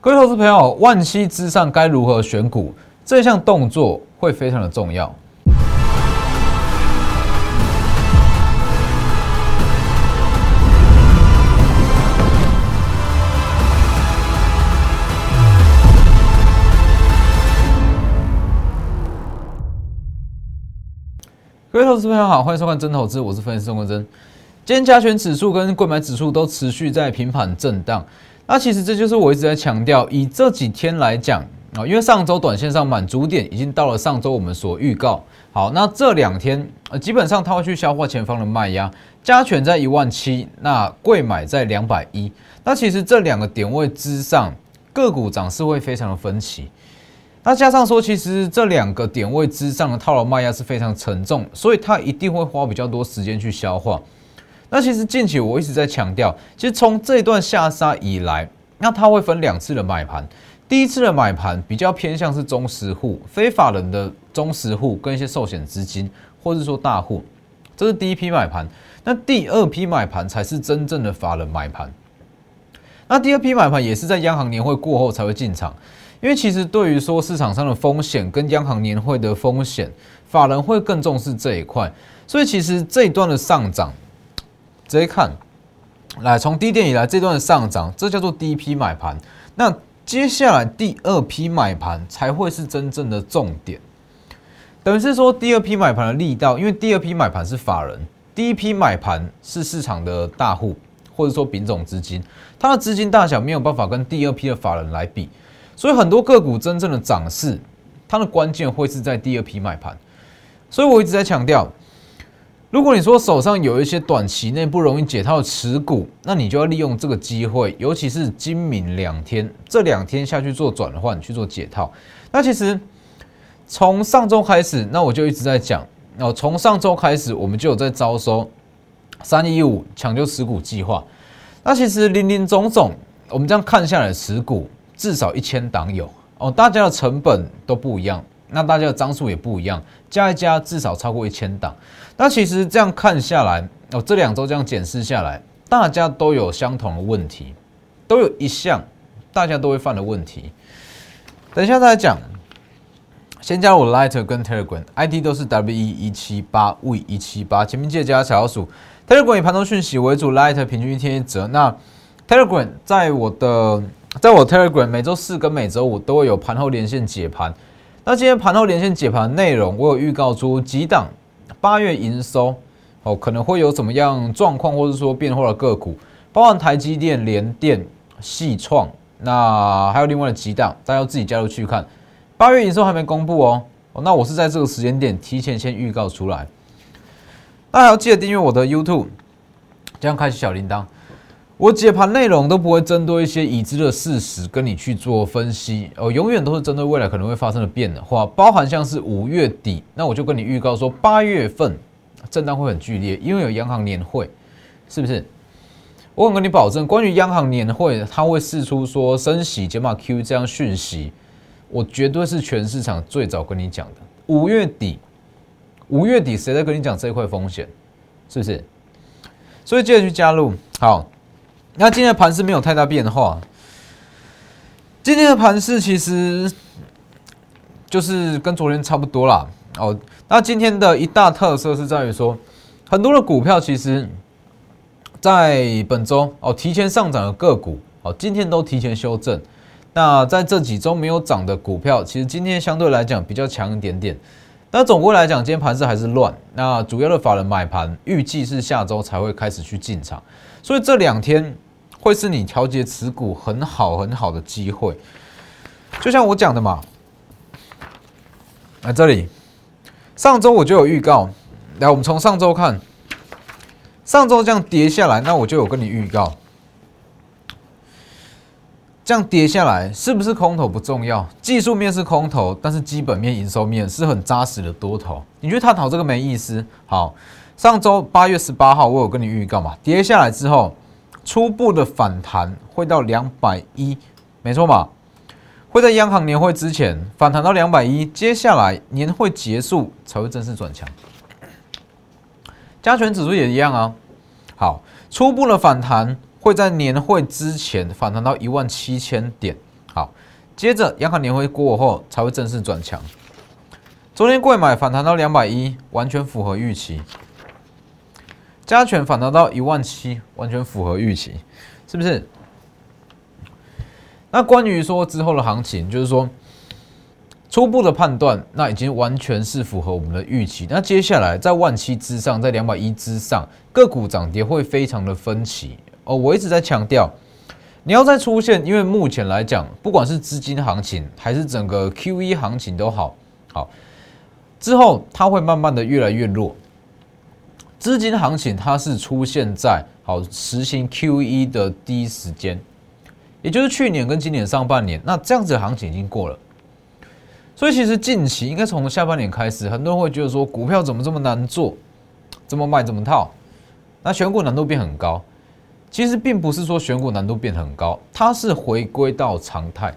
各位投资朋友，万七之上该如何选股？这项动作会非常的重要。各位投资朋友好，欢迎收看真投资，我是分析师钟国珍。今天加权指数跟柜买指数都持续在平盘震荡。那其实这就是我一直在强调，以这几天来讲啊，因为上周短线上满足点已经到了上周我们所预告。好，那这2天基本上它会去消化前方的卖压，加权在17000，那柜买在210。那其实这2个点位之上，个股涨势会非常的分歧。那加上说，其实这2个点位之上的套牢卖压是非常沉重，所以它一定会花比较多时间去消化。那其实近期我一直在强调，其实从这一段下杀以来，那它会分2次的买盘。第一次的买盘比较偏向是中实户、非法人的中实户跟一些寿险资金，或者说大户，这是第一批买盘。那第2批买盘才是真正的法人买盘。那第2批买盘也是在央行年会过后才会进场，因为其实对于说市场上的风险跟央行年会的风险，法人会更重视这一块。所以其实这一段的上涨，直接看，来从低点以来这段的上涨，这叫做第一批买盘。那接下来第2批买盘才会是真正的重点，等于是说第2批买盘的力道，因为第2批买盘是法人，第1批买盘是市场的大户或者说丙种资金，它的资金大小没有办法跟第2批的法人来比，所以很多个股真正的涨势，它的关键会是在第2批买盘。所以我一直在强调，如果你说手上有一些短期内不容易解套的持股，那你就要利用这个机会，尤其是今明2天，这2天下去做转换，去做解套。那其实从上周开始，那我就一直在讲，从上周开始，我们就有在招收315抢救持股计划。那其实林林总总，我们这样看下来，持股至少1000档有哦，大家的成本都不一样。那大家的张数也不一样，加一加至少超过1000档。那其实这样看下来，这2周这样检视下来，大家都有相同的问题，都有一项大家都会犯的问题。等一下再来讲，先加入我的 Light 跟 Telegram，ID 都是 W178V178，前面记得加小老鼠。Telegram 以盘中讯息为主 ，Light 平均1天1折。那 Telegram 在我 Telegram 每周4跟每周5都会有盘后连线解盘。那今天盘后连线解盘的内容，我有预告出几档8月营收可能会有怎么样状况，或者说变化的个股，包含台积电、联电、矽创，那还有另外的几档，大家要自己加入去看。8月营收还没公布哦，那我是在这个时间点提前先预告出来。那还要记得订阅我的 YouTube， 这样开启小铃铛。我解盘内容都不会针对一些已知的事实跟你去做分析永远都是针对未来可能会发生的变化，包含像是5月底，那我就跟你预告说8月份震荡会很剧烈，因为有央行年会，是不是？我敢跟你保证，关于央行年会，它会释出说升息减码 Q 这样讯息，我绝对是全市场最早跟你讲的。5月底谁在跟你讲这一块风险？是不是？所以记得去加入。好。那今天的盘势没有太大变化，今天的盘势其实就是跟昨天差不多啦。那今天的一大特色是在于说，很多的股票其实在本周提前上涨的个股今天都提前修正。那在这几周没有涨的股票，其实今天相对来讲比较强一点点。但总归来讲，今天盘势还是乱。那主要的法人买盘预计是下周才会开始去进场，所以这2天会是你调节持股很好的机会。就像我讲的嘛，这里上周我就有预告，来我们从上周看，上周这样跌下来，那我就有跟你预告，这样跌下来是不是空头不重要，技术面是空头，但是基本面、营收面是很扎实的多头，你去探讨这个没意思。好，上周8月18号我有跟你预告嘛，跌下来之后。初步的反弹会到210，没错嘛？会在央行年会之前反弹到210，接下来年会结束才会正式转强。加权指数也一样啊。好，初步的反弹会在年会之前反弹到17000点， 好，接着央行年会过后才会正式转强。昨天贵买反弹到210，完全符合预期；加权反弹到17000，完全符合预期，是不是？那关于说之后的行情，就是说初步的判断，那已经完全是符合我们的预期。那接下来在17000之上，在210之上，个股涨跌会非常的分歧哦。我一直在强调，你要再出现，因为目前来讲，不管是资金行情还是整个 QE 行情都好。之后它会慢慢的越来越弱。资金行情它是出现在实行 QE 的第一时间，也就是去年跟今年上半年，那这样子的行情已经过了。所以其实近期应该从下半年开始，很多人会觉得说股票怎么这么难做，怎么买怎么套，那选股难度变很高。其实并不是说选股难度变很高，它是回归到常态。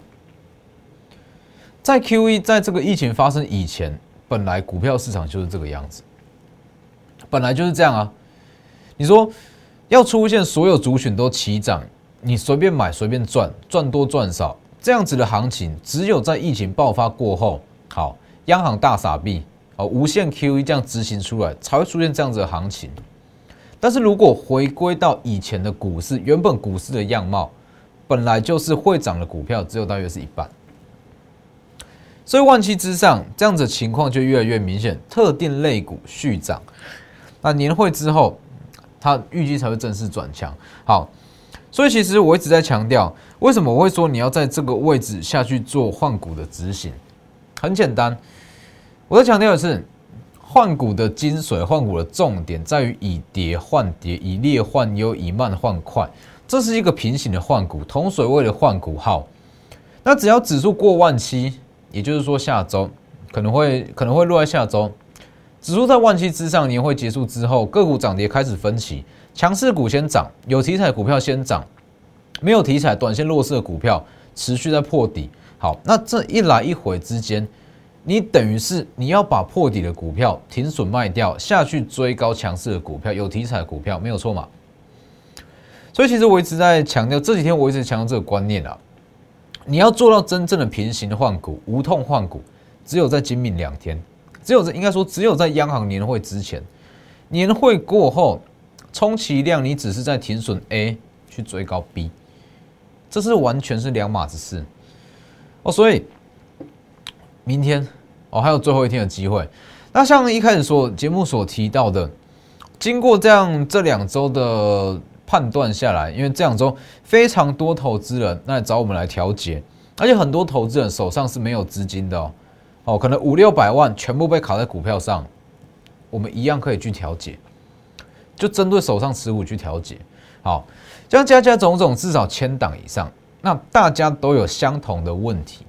在 QE 在这个疫情发生以前，本来股票市场就是这个样子，本来就是这样啊。你说要出现所有族群都齐涨，你随便买随便赚，赚多赚少，这样子的行情，只有在疫情爆发过后，央行大撒币，无限 QE 这样执行出来，才会出现这样子的行情。但是如果回归到以前的股市，原本股市的样貌，本来就是会涨的股票，只有大约是一半。所以17000之上，这样子的情况就越来越明显，特定类股续涨。那年会之后，它预计才会正式转强。好，所以其实我一直在强调，为什么我会说你要在这个位置下去做换股的执行？很简单，我在强调的是，换股的精髓，换股的重点在于以跌换跌，以劣换优，以慢换快。这是一个平行的换股，同水位的换股号。那只要指数过17000，也就是说下周可能会落在下周，指数在17000之上，年会结束之后，个股涨跌开始分歧，强势股先涨，有题材股票先涨，没有题材短线弱势的股票持续在破底。好，那这一来一回之间，你等于是你要把破底的股票停损卖掉，下去追高强势的股票，有题材的股票，没有错嘛？所以其实我一直在强调，这几天我一直强调这个观念啊。你要做到真正的平行换股、无痛换股，只有在今明2天，只有在央行年会之前，年会过后，充其量你只是在停损 A 去追高 B， 这是完全是两码子事哦。所以明天还有最后一天的机会。那像一开始节目所提到的，经过这2周的判断下来，因为这2周非常多投资人来找我们来调节，而且很多投资人手上是没有资金的可能500-600万全部被卡在股票上，我们一样可以去调节，就针对手上持股去调节。好，这样加种种至少1000档以上，那大家都有相同的问题，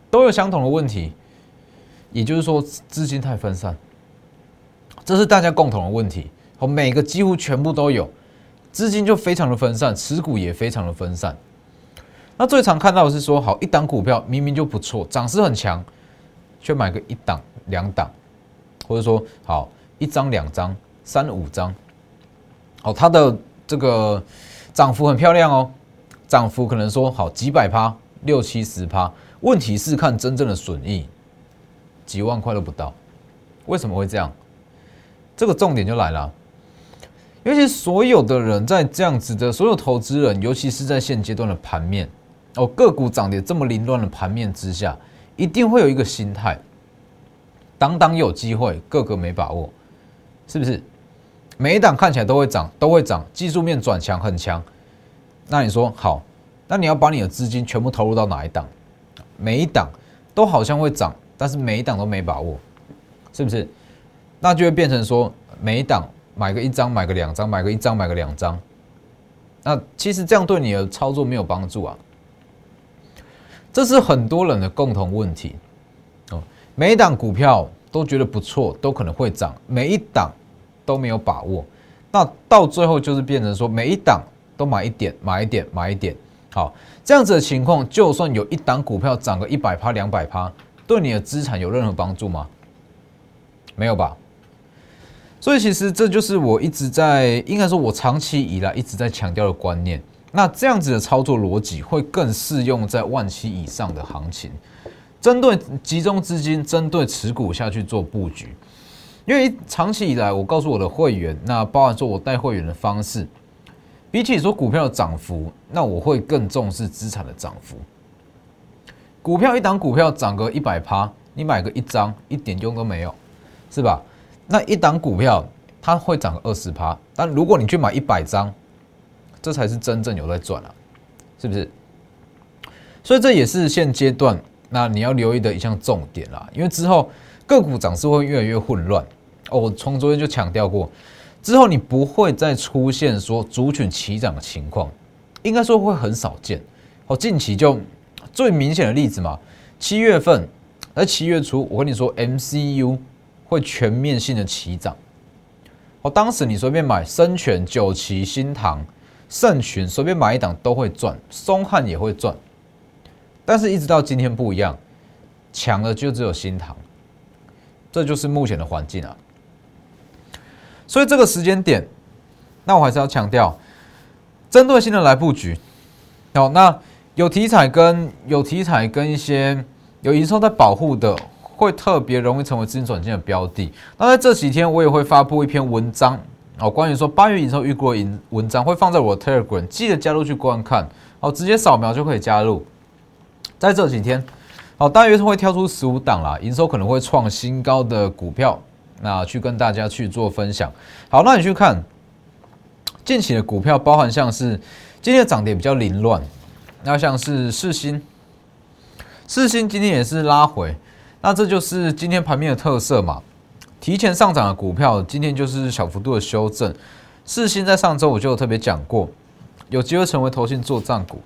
也就是说资金太分散，这是大家共同的问题。每个几乎全部都有。资金就非常的分散，持股也非常的分散。那最常看到的是说，好，一档股票明明就不错，涨势很强，却买个1档、2档，或者说好1张、2张、3、5张，它的这个涨幅很漂亮哦，涨幅可能说好几百%、60-70%，问题是看真正的损益，几万块都不到。为什么会这样？这个重点就来了。尤其所有的人在这样子的所有投资人，尤其是在现阶段的盘面个股涨跌这么凌乱的盘面之下，一定会有一个心态，档档有机会，个个没把握，是不是？每一档看起来都会涨，技术面转强很强。那你说好，那你要把你的资金全部投入到哪一档？每一档都好像会涨，但是每一档都没把握，是不是？那就会变成说，每一档买个1张，买个2张，买个1张，买个2张。那其实这样对你的操作没有帮助啊。这是很多人的共同问题每一档股票都觉得不错，都可能会涨，每一档都没有把握。那到最后就是变成说，每一档都买一点，买一点，买一点。好，这样子的情况，就算有一档股票涨个100%、200%，对你的资产有任何帮助吗？没有吧。所以其实这就是我一直在，应该说我长期以来一直在强调的观念。 那这样子的操作逻辑会更适用在17000以上的行情，针对集中资金，针对持股下去做布局。因为长期以来，我告诉我的会员，那包含说我带会员的方式，比起说股票的涨幅，那我会更重视资产的涨幅。股票一档股票涨个100%，你买个1张一点用都没有，是吧？那一档股票它会涨个20%，但如果你去买100张，这才是真正有在赚啊，是不是？所以这也是现阶段那你要留意的一项重点啦，因为之后个股涨势会越来越混乱。我从昨天就强调过，之后你不会再出现说族群齐涨的情况，应该说会很少见。近期就最明显的例子嘛，7月份在7月初，我跟你说 MCU 会全面性的齐涨。当时你随便买深全、九旗、新唐、盛群，随便买一档都会赚，松汉也会赚。但是一直到今天不一样，强的就只有新唐，这就是目前的环境啊。所以这个时间点，那我还是要强调，针对性的来布局。好，那有题材跟一些有营收在保护的，会特别容易成为资金转进的标的。那在这几天，我也会发布一篇文章，关于说8月营收预估的文章，会放在我的 Telegram， 记得加入去观看，直接扫描就可以加入。在这几天，大约是会挑出15档啦，营收可能会创新高的股票，那去跟大家去做分享。好，那你去看近期的股票，包含像是今天的涨跌比较凌乱，那像是世芯今天也是拉回，那这就是今天盘面的特色嘛。提前上涨的股票，今天就是小幅度的修正。世芯在上周我就有特别讲过，有机会成为投信作战股。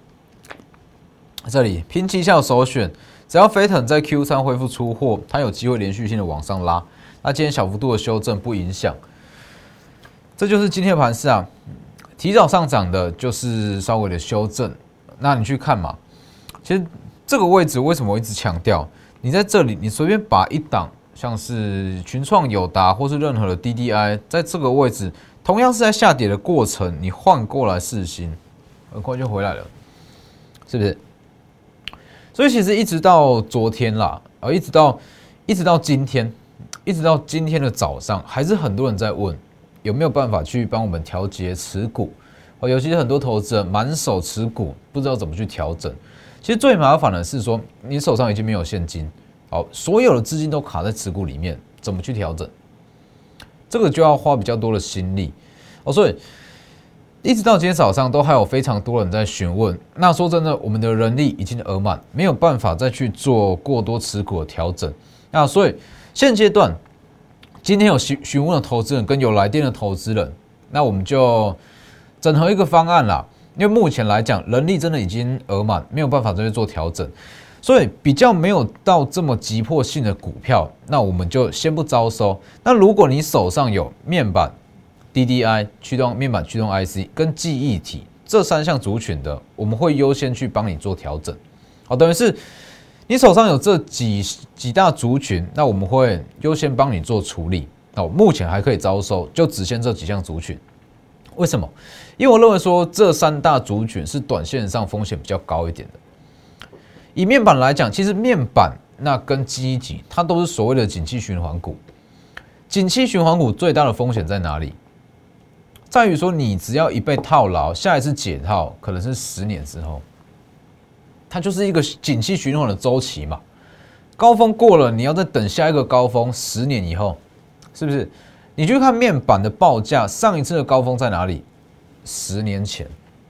这里拼绩效首选，只要飞腾在 Q3 恢复出货，它有机会连续性的往上拉。那今天小幅度的修正不影响，这就是今天的盘势啊。提早上涨的就是稍微的修正。那你去看嘛，其实这个位置为什么我一直强调？你在这里，你随便把一档像是群创、友达或是任何的 DDI， 在这个位置，同样是在下跌的过程，你换过来世芯，很快就回来了，是不是？所以其实一直到昨天啦，一直到今天，一直到今天的早上，还是很多人在问有没有办法去帮我们调节持股。尤其是很多投资人满手持股，不知道怎么去调整。其实最麻烦的是说，你手上已经没有现金，所有的资金都卡在持股里面，怎么去调整？这个就要花比较多的心力。所以一直到今天早上，都还有非常多人在询问。那说真的，我们的人力已经额满，没有办法再去做过多持股的调整。那所以现阶段，今天有询问的投资人跟有来电的投资人，那我们就整合一个方案啦。因为目前来讲，人力真的已经额满，没有办法再去做调整，所以比较没有到这么急迫性的股票，那我们就先不招收。那如果你手上有面板、DDI 面板驱动 IC 跟记忆体这3项族群的，我们会优先去帮你做调整。等于是你手上有这几大族群，那我们会优先帮你做处理。目前还可以招收，就只限这几项族群。为什么？因为我认为说这3大族群是短线上风险比较高一点的。以面板来讲，其实面板那跟记忆体，它都是所谓的景气循环股。景气循环股最大的风险在哪里？在于说你只要一被套牢，下一次解套可能是10年之后，它就是一个景气循环的周期嘛。高峰过了，你要再等下一个高峰，10年以后，是不是？你去看面板的报价，上一次的高峰在哪里？10年前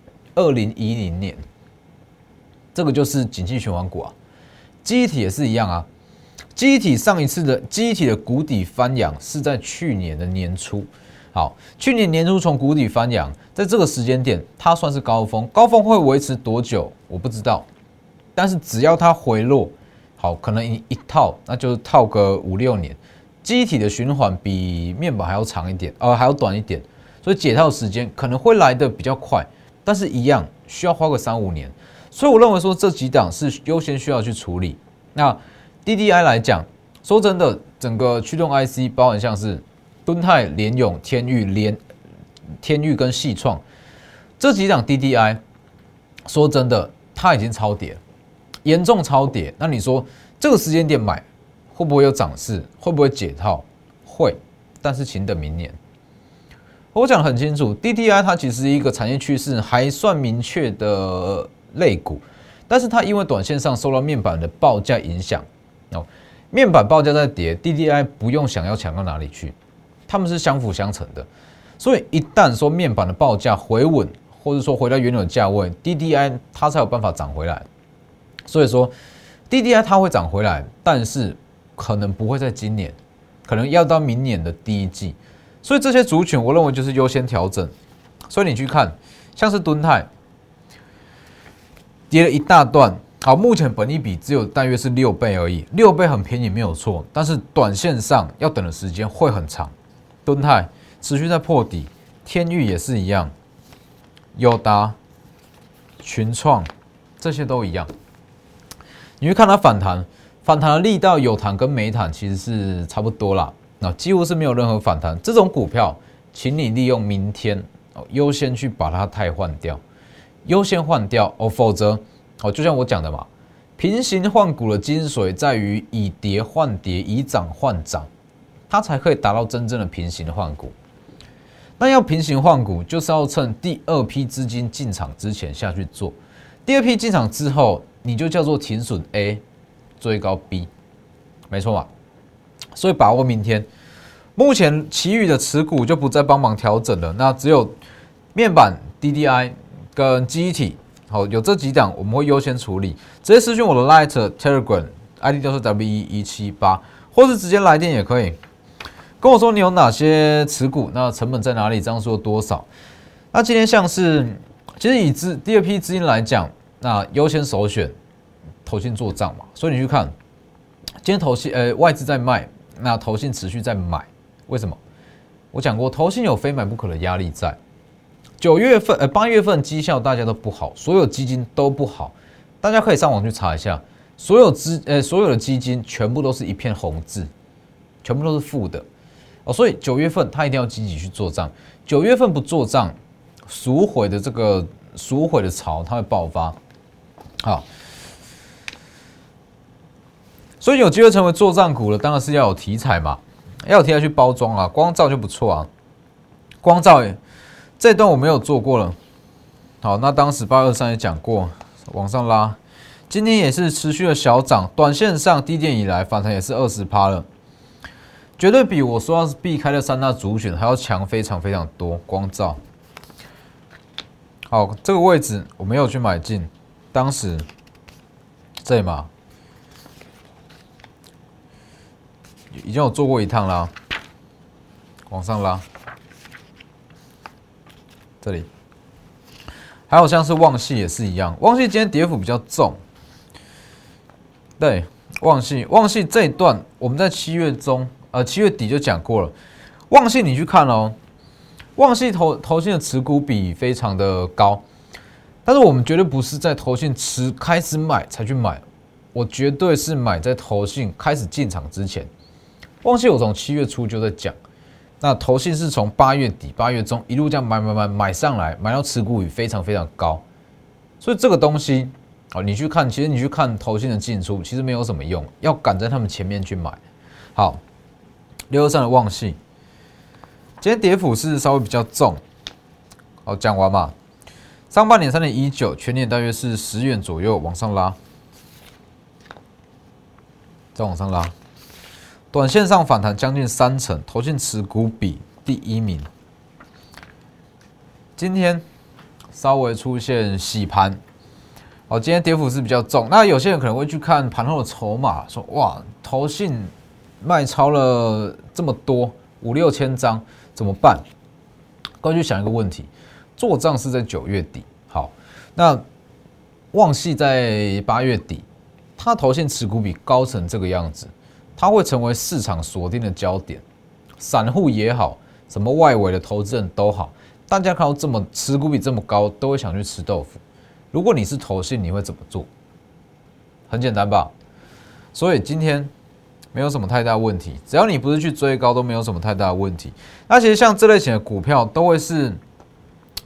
，2010年，这个就是景气循环股啊。记忆体也是一样啊，记忆体上一次的记忆体的谷底翻扬是在去年的年初。好，去年年初从谷底翻扬，在这个时间点，它算是高峰，高峰会维持多久我不知道，但是只要它回落，好，可能一套那就是套个5、6年。记忆体的循环比面板还要长一点，还要短一点，所以解套时间可能会来得比较快，但是一样需要花个3、5年。所以我认为说这几档是优先需要去处理。那 DDI 来讲，说真的，整个驱动 IC 包含像是敦泰、联咏、天钰跟矽创这几档 DDI， 说真的，它已经超跌了，严重超跌。那你说这个时间点买，会不会有涨势？会不会解套？会，但是请等明年。我讲得很清楚 ，DDI 它其实是一个产业趋势还算明确的类股，但是它因为短线上受到面板的报价影响，面板报价在跌 ，DDI 不用想要强到哪里去，它们是相辅相成的。所以一旦说面板的报价回稳，或者说回到原有的价位 ，DDI 它才有办法涨回来。所以说 DDI 它会涨回来，但是可能不会在今年，可能要到明年的第一季。所以这些族群，我认为就是优先调整。所以你去看，像是敦泰跌了一大段，好，目前本益比只有大约是6倍而已，6倍很便宜没有错，但是短线上要等的时间会很长。敦泰持续在破底，天钰也是一样，友达、群创这些都一样。你去看它反弹的力道，友弹跟美坦其实是差不多啦。几乎是没有任何反弹，这种股票，请你利用明天优先去把它汰换掉，优先换掉否则就像我讲的嘛，平行换股的精髓在于以跌换跌，以涨换涨，它才可以达到真正的平行换股。那要平行换股，就是要趁第二批资金进场之前下去做，第二批进场之后，你就叫做停损 A， 追高 B， 没错嘛。所以把握明天，目前其余的持股就不再帮忙调整了。那只有面板、DDI 跟记忆体，好，有这几档我们会优先处理。直接私讯我的 Light Telegram ID 就是 W1178，或是直接来电也可以，跟我说你有哪些持股，那成本在哪里，张数多少。那今天像是其实以第二批资金来讲，那优先首选投信做账嘛，所以你去看，今天外资在卖。那投信持续在买，为什么？我讲过，投信有非买不可的压力在。8月份绩效大家都不好，所有基金都不好，大家可以上网去查一下，所有的基金全部都是一片红字，全部都是负的所以9月份他一定要积极去做账，9月份不做账，赎回的潮它会爆发。好。所以有机会成为作战股了，当然是要有题材嘛，要有题材去包装啊。光照就不错啊，光照这一段我没有做过了。好，那当时823也讲过，往上拉，今天也是持续的小涨，短线上低点以来反弹也是20%了，绝对比我说要是避开的3大主选还要强非常非常多。光照，好，这个位置我没有去买进，当时这里嘛。已经有做过一趟啦，往上拉，这里还有像是旺系也是一样，旺系今天跌幅比较重，对，旺系这一段我们在7月底就讲过了，旺系你去看旺系投信的持股比非常的高，但是我们绝对不是在投信开始买才去买，我绝对是买在投信开始进场之前。旺系我从7月初就在讲，那投信是从8月底、8月中一路这样买上来，买到持股比非常非常高，所以这个东西你去看，其实你去看投信的进出，其实没有什么用，要赶在他们前面去买。好，623的旺系，今天跌幅是稍微比较重。好，讲完嘛，上半年3.19，全年大约是10元左右，往上拉，再往上拉。短线上反弹将近30%，投信持股比第1名。今天稍微出现洗盘，今天跌幅是比较重。那有些人可能会去看盘后的筹码，说哇，投信卖超了这么多，5、6千张，怎么办？各位去想一个问题，做账是在9月底，好，那旺系在8月底，它投信持股比高成这个样子。它会成为市场锁定的焦点，散户也好，什么外围的投资人都好，大家看到持股比这么高，都会想去吃豆腐。如果你是投信，你会怎么做？很简单吧？所以今天没有什么太大问题，只要你不是去追高，都没有什么太大的问题。那其实像这类型的股票，都会是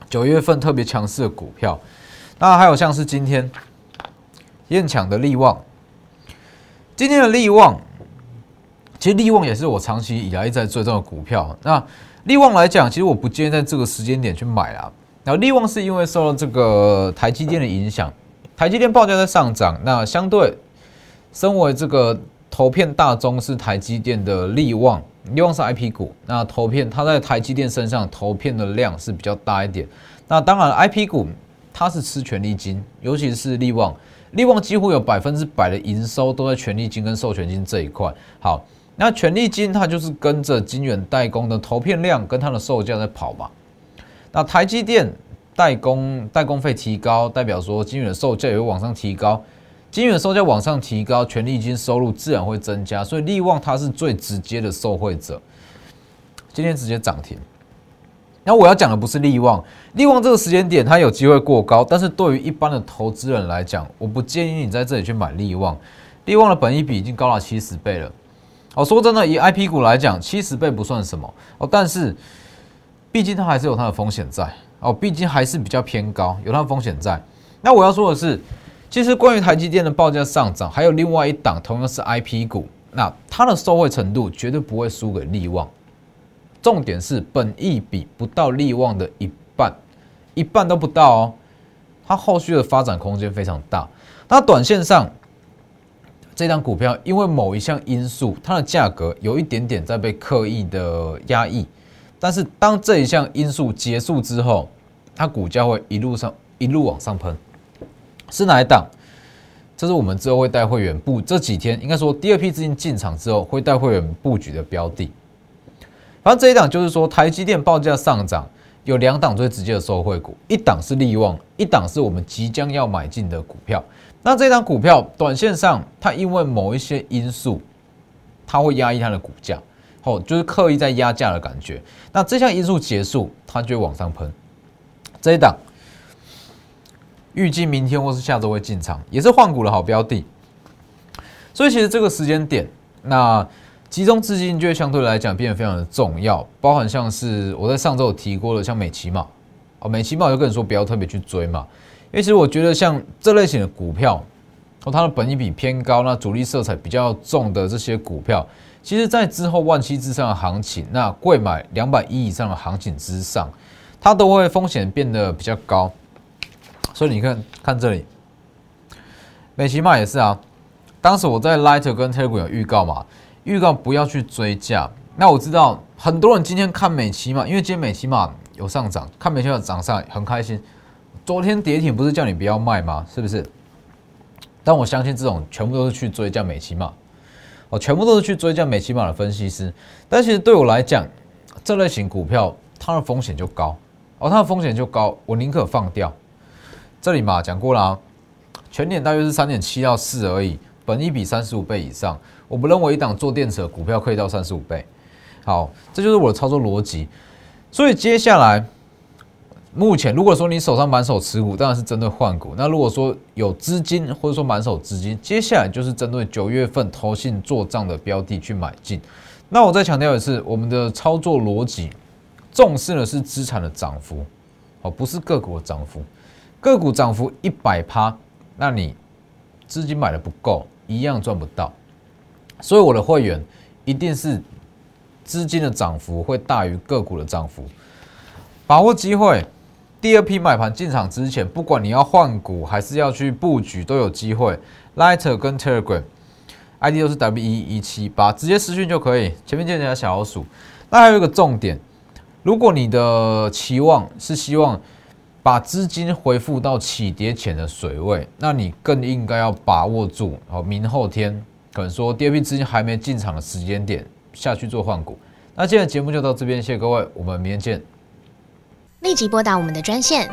9月份特别强势的股票。那还有像是今天也很强的力旺，今天的力旺，其实力旺也是我长期以来一直在追踪的股票。那力旺来讲，其实我不建议在这个时间点去买啦。然后力旺是因为受到这个台积电的影响，台积电报价在上涨，那相对身为这个投片大宗是台积电的力旺是 IP 股，那投片它在台积电身上投片的量是比较大一点。那当然 IP 股它是吃权利金，尤其是力旺几乎有100%的营收都在权利金跟授权金这一块。好，那权利金它就是跟着晶圆代工的投片量跟它的售价在跑嘛。那台积电代工费提高，代表说晶圆的售价也会往上提高，晶圆售价往上提高，权利金收入自然会增加，所以力旺它是最直接的受惠者。今天直接涨停。那我要讲的不是力旺这个时间点它有机会过高，但是对于一般的投资人来讲，我不建议你在这里去买力旺的本益比已经高达70倍了。说真的，以 IP 股来讲，70倍不算什么但是毕竟它还是有它的风险在毕竟还是比较偏高，有它的风险在。那我要说的是，其实关于台积电的报价上涨，还有另外一档同样是 IP 股，那它的受惠程度绝对不会输给力旺。重点是本益比不到力旺的一半都不到它后续的发展空间非常大。那短线上这档股票因为某一项因素，它的价格有一点点在被刻意的压抑，但是当这一项因素结束之后，它股价会一路往上喷。是哪一档？这是我们之后会带会员这几天应该说第二批资金进场之后会带会员布局的标的。反正这一档就是说台积电报价上涨，有2档最直接的受惠股，一档是力旺，一档是我们即将要买进的股票。那这档股票短线上它因为某一些因素，它会压抑它的股价，就是刻意在压价的感觉。那这项因素结束，它就会往上喷。这一档预计明天或是下周会进场，也是换股的好标的。所以其实这个时间点，那集中资金就会相对来讲变得非常的重要，包含像是我在上周有提过的，像美骑马，美骑马我就跟你说不要特别去追嘛，因为其实我觉得像这类型的股票，它的本益比偏高，那主力色彩比较重的这些股票，其实在之后17000之上的行情，那贵买210以上的行情之上，它都会风险变得比较高。所以你看这里，美骑马也是当时我在 Light 跟 Telegram 有预告嘛。预告不要去追价。那我知道很多人今天看美骑马，因为今天美骑马有上涨，看美骑马涨上很开心。昨天跌停不是叫你不要卖吗？是不是？但我相信这种全部都是去追价美骑马，全部都是去追价美骑马的分析师。但其实对我来讲，这类型股票它的风险就高，它的风险就高，我宁可放掉。这里嘛讲过了全年大约是3.7到4而已，本益比35倍以上。我不认为一档做电池的股票可以到35倍。好，这就是我的操作逻辑。所以接下来，目前如果说你手上满手持股，当然是针对换股。那如果说有资金或者说满手资金，接下来就是针对9月份投信做账的标的去买进。那我再强调一次，我们的操作逻辑重视的是资产的涨幅，不是个股的涨幅。个股涨幅100%，那你资金买的不够，一样赚不到。所以我的会员一定是资金的涨幅会大于个股的涨幅，把握机会。第二批买盘进场之前，不管你要换股还是要去布局，都有机会。Light 跟 Telegram ID 都是 W1178，直接私讯就可以，前面记得加小老鼠。那还有一个重点，如果你的期望是希望把资金回复到起跌前的水位，那你更应该要把握住明后天。可能说第二批资金还没进场的时间点下去做换股。那今天的节目就到这边，谢谢各位，我们明天见。 立即拨打我们的专线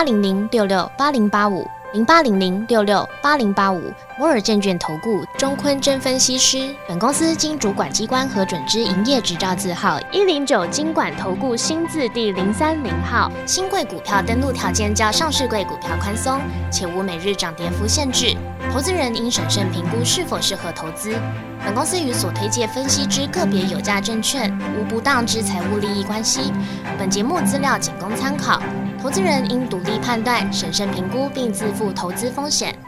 0800668085，0800668085，摩尔证券投顾钟坤真分析师。本公司经主管机关核准之营业执照字号109金管投顾新字第030号。新贵股票登录条件较上市贵股票宽松，且无每日涨跌幅限制。投资人应审慎评估是否适合投资。本公司与所推介分析之个别有价证券无不当之财务利益关系。本节目资料仅供参考， 投资人应独立判断、审慎评估并自负投资风险。